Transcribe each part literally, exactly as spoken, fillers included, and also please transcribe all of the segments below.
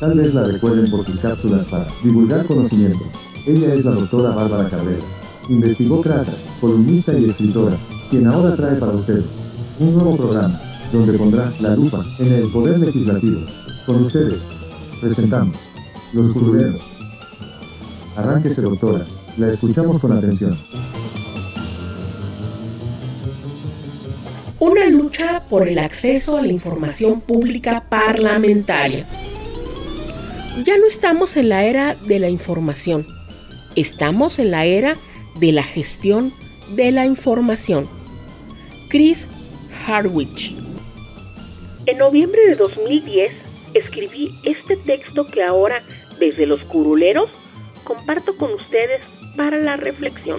Tal vez la recuerden por sus cápsulas para divulgar conocimiento. Ella es la doctora Bárbara Cabrera. Investigócrata, columnista y escritora, quien ahora trae para ustedes un nuevo programa, donde pondrá la lupa en el poder legislativo. Con ustedes, presentamos Los Curuleros. Arránquese, doctora, la escuchamos con atención. Una lucha por el acceso a la información pública parlamentaria. Ya no estamos en la era de la información, estamos en la era de la gestión de la información. Chris Hardwick. En noviembre de dos mil diez escribí este texto que ahora, desde Los Curuleros, comparto con ustedes para la reflexión.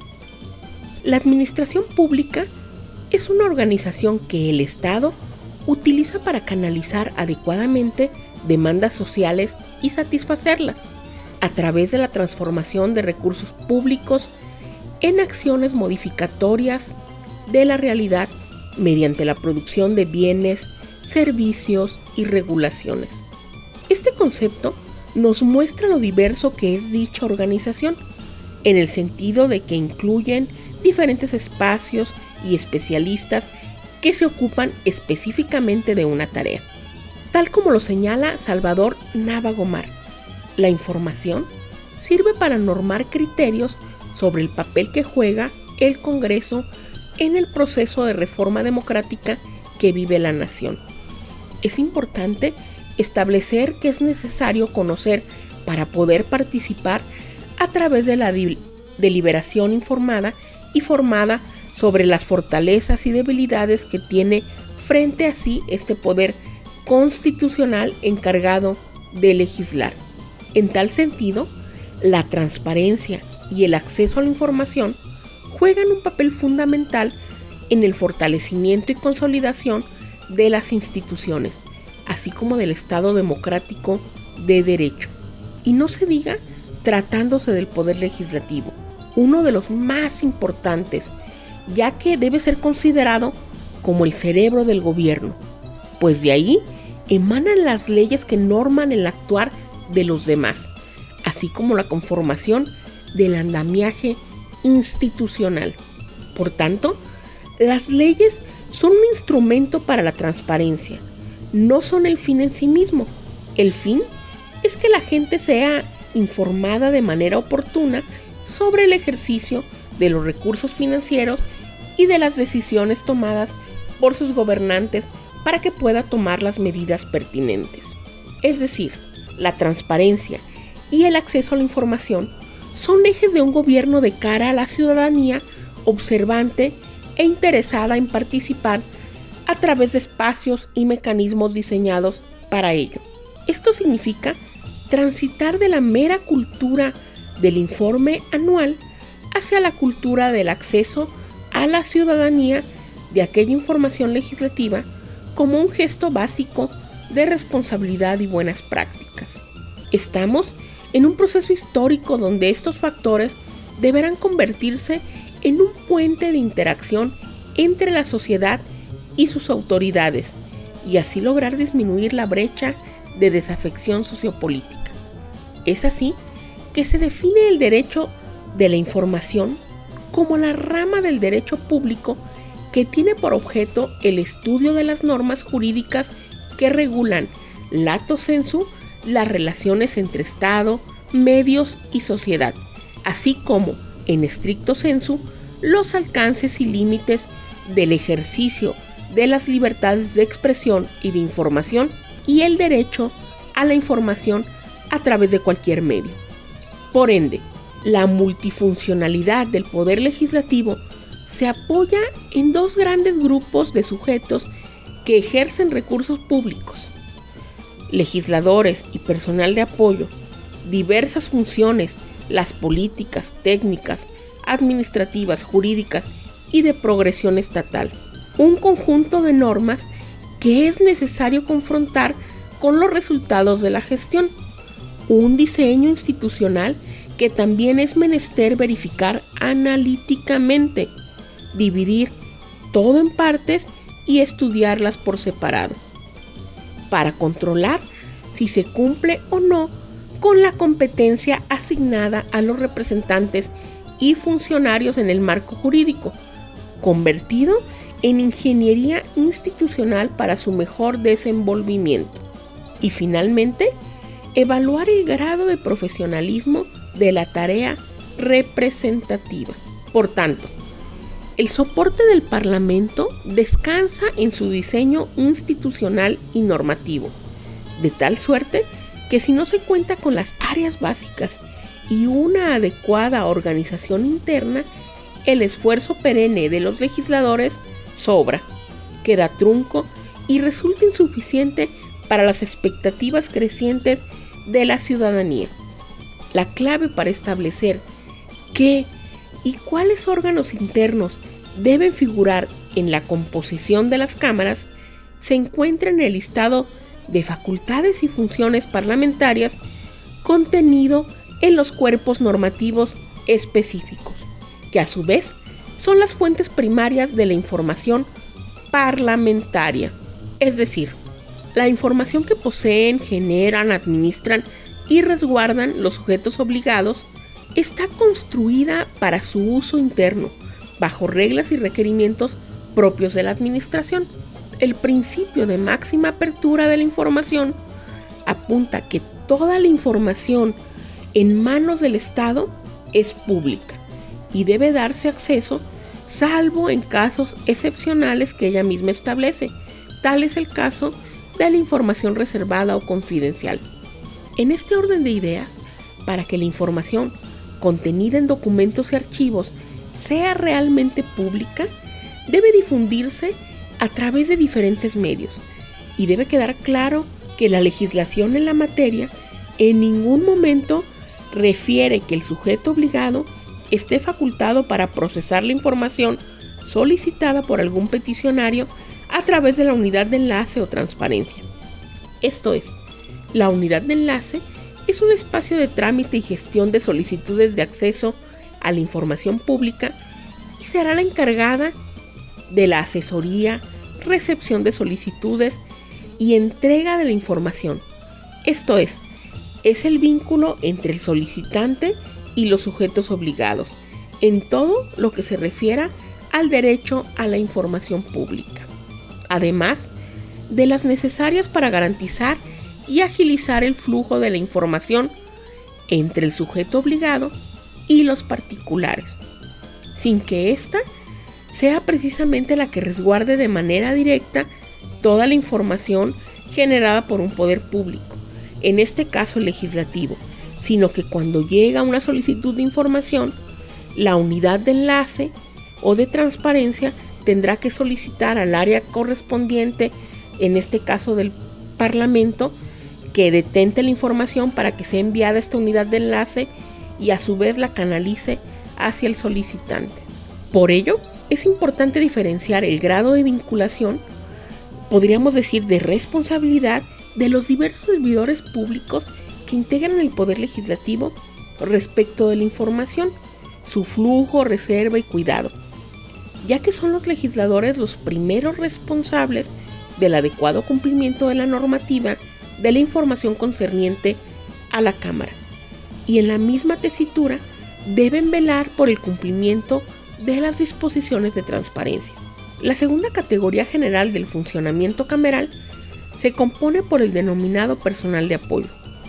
La administración pública es una organización que el Estado utiliza para canalizar adecuadamente demandas sociales y satisfacerlas a través de la transformación de recursos públicos en acciones modificatorias de la realidad mediante la producción de bienes, servicios y regulaciones. Este concepto nos muestra lo diverso que es dicha organización, en el sentido de que incluyen diferentes espacios y especialistas que se ocupan específicamente de una tarea. Tal como lo señala Salvador Nava Gomar, la información sirve para normar criterios sobre el papel que juega el Congreso en el proceso de reforma democrática que vive la nación. Es importante establecer que es necesario conocer para poder participar a través de la deliberación informada y formada sobre las fortalezas y debilidades que tiene frente a sí este poder constitucional encargado de legislar. En tal sentido, la transparencia y el acceso a la información juegan un papel fundamental en el fortalecimiento y consolidación de las instituciones, así como del Estado democrático de derecho. Y no se diga tratándose del poder legislativo, uno de los más importantes, ya que debe ser considerado como el cerebro del gobierno, pues de ahí emanan las leyes que norman el actuar de los demás, así como la conformación del andamiaje institucional. Por tanto, las leyes son un instrumento para la transparencia, no son el fin en sí mismo. El fin es que la gente sea informada de manera oportuna sobre el ejercicio de los recursos financieros y de las decisiones tomadas por sus gobernantes para que pueda tomar las medidas pertinentes. Es decir, la transparencia y el acceso a la información son ejes de un gobierno de cara a la ciudadanía observante e interesada en participar a través de espacios y mecanismos diseñados para ello. Esto significa transitar de la mera cultura del informe anual hacia la cultura del acceso a la ciudadanía de aquella información legislativa como un gesto básico de responsabilidad y buenas prácticas. Estamos en un proceso histórico donde estos factores deberán convertirse en un puente de interacción entre la sociedad y sus autoridades, y así lograr disminuir la brecha de desafección sociopolítica. Es así que se define el derecho de la información como la rama del derecho público que tiene por objeto el estudio de las normas jurídicas que regulan lato sensu las relaciones entre Estado, medios y sociedad, así como, en estricto sensu, los alcances y límites del ejercicio de las libertades de expresión y de información y el derecho a la información a través de cualquier medio. Por ende, la multifuncionalidad del poder legislativo se apoya en dos grandes grupos de sujetos que ejercen recursos públicos: legisladores y personal de apoyo, diversas funciones, las políticas, técnicas, administrativas, jurídicas y de progresión estatal. Un conjunto de normas que es necesario confrontar con los resultados de la gestión. Un diseño institucional que también es menester verificar analíticamente, dividir todo en partes y estudiarlas por separado. Para controlar, si se cumple o no con la competencia asignada a los representantes y funcionarios en el marco jurídico, convertido en ingeniería institucional para su mejor desenvolvimiento. Y finalmente, evaluar el grado de profesionalismo de la tarea representativa. Por tanto, el soporte del Parlamento descansa en su diseño institucional y normativo, de tal suerte que si no se cuenta con las áreas básicas y una adecuada organización interna, el esfuerzo perenne de los legisladores sobra, queda trunco y resulta insuficiente para las expectativas crecientes de la ciudadanía. La clave para establecer qué y cuáles órganos internos deben figurar en la composición de las cámaras se encuentra en el listado de facultades y funciones parlamentarias contenido en los cuerpos normativos específicos, que a su vez son las fuentes primarias de la información parlamentaria, es decir, la información que poseen, generan, administran y resguardan los sujetos obligados está construida para su uso interno, bajo reglas y requerimientos propios de la administración. El principio de máxima apertura de la información apunta que toda la información en manos del Estado es pública y debe darse acceso salvo en casos excepcionales que ella misma establece. Tal es el caso de la información reservada o confidencial. En este orden de ideas, para que la información contenida en documentos y archivos sea realmente pública, debe difundirse a través de diferentes medios y debe quedar claro que la legislación en la materia en ningún momento refiere que el sujeto obligado esté facultado para procesar la información solicitada por algún peticionario a través de la unidad de enlace o transparencia. Esto es, la unidad de enlace es un espacio de trámite y gestión de solicitudes de acceso a la información pública y será la encargada de la asesoría, recepción de solicitudes y entrega de la información. Esto es, es el vínculo entre el solicitante y los sujetos obligados, en todo lo que se refiera al derecho a la información pública, además de las necesarias para garantizar y agilizar el flujo de la información entre el sujeto obligado y los particulares, sin que ésta sea precisamente la que resguarde de manera directa toda la información generada por un poder público, en este caso el legislativo, sino que cuando llega una solicitud de información, la unidad de enlace o de transparencia tendrá que solicitar al área correspondiente, en este caso del Parlamento, que detente la información para que sea enviada a esta unidad de enlace y a su vez la canalice hacia el solicitante. Por ello, es importante diferenciar el grado de vinculación, podríamos decir de responsabilidad, de los diversos servidores públicos que integran el Poder Legislativo respecto de la información, su flujo, reserva y cuidado, ya que son los legisladores los primeros responsables del adecuado cumplimiento de la normativa de la información concerniente a la Cámara, y en la misma tesitura deben velar por el cumplimiento de las disposiciones de transparencia. La segunda categoría general del funcionamiento cameral se compone por el denominado personal de apoyo.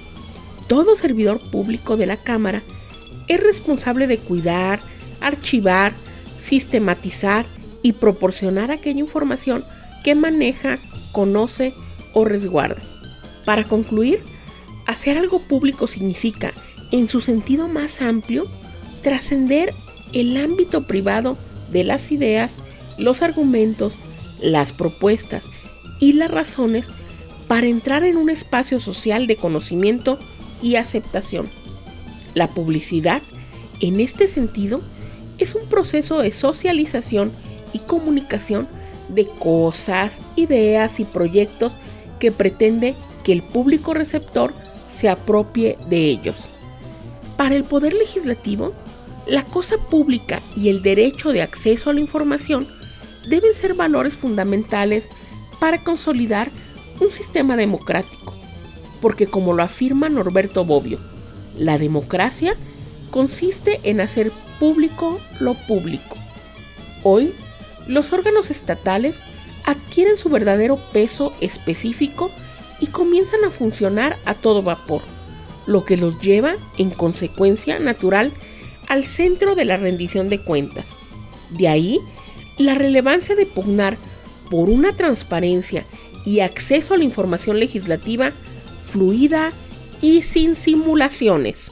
Todo servidor público de la Cámara es responsable de cuidar, archivar, sistematizar y proporcionar aquella información que maneja, conoce o resguarda. Para concluir, hacer algo público significa, en su sentido más amplio, trascender el ámbito privado de las ideas, los argumentos, las propuestas y las razones para entrar en un espacio social de conocimiento y aceptación. La publicidad, en este sentido, es un proceso de socialización y comunicación de cosas, ideas y proyectos que pretende que el público receptor se apropie de ellos. Para el Poder Legislativo, la cosa pública y el derecho de acceso a la información deben ser valores fundamentales para consolidar un sistema democrático. porque como lo afirma Norberto Bobbio, la democracia consiste en hacer público lo público. Hoy, los órganos estatales adquieren su verdadero peso específico y comienzan a funcionar a todo vapor, lo que los lleva, en consecuencia natural, al centro de la rendición de cuentas. De ahí, la relevancia de pugnar por una transparencia y acceso a la información legislativa fluida y sin simulaciones.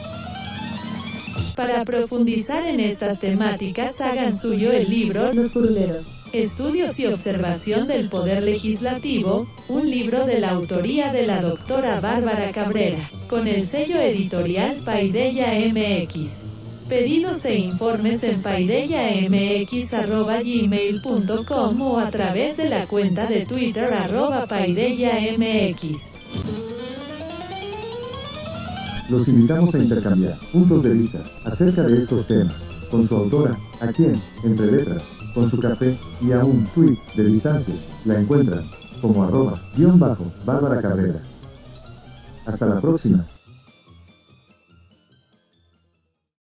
Para profundizar en estas temáticas, hagan suyo el libro Los Curuleros, Estudios y Observación del Poder Legislativo, un libro de la autoría de la doctora Bárbara Cabrera, con el sello editorial Paideia M X. Pedidos e informes en paideia m x arroba gmail punto com o a través de la cuenta de Twitter arroba paideia m x. Los invitamos a intercambiar puntos de vista acerca de estos temas con su autora, a quien, entre letras, con su café y a un tweet de distancia, la encuentran como arroba guión bajo Bárbara Cabrera. Hasta la próxima.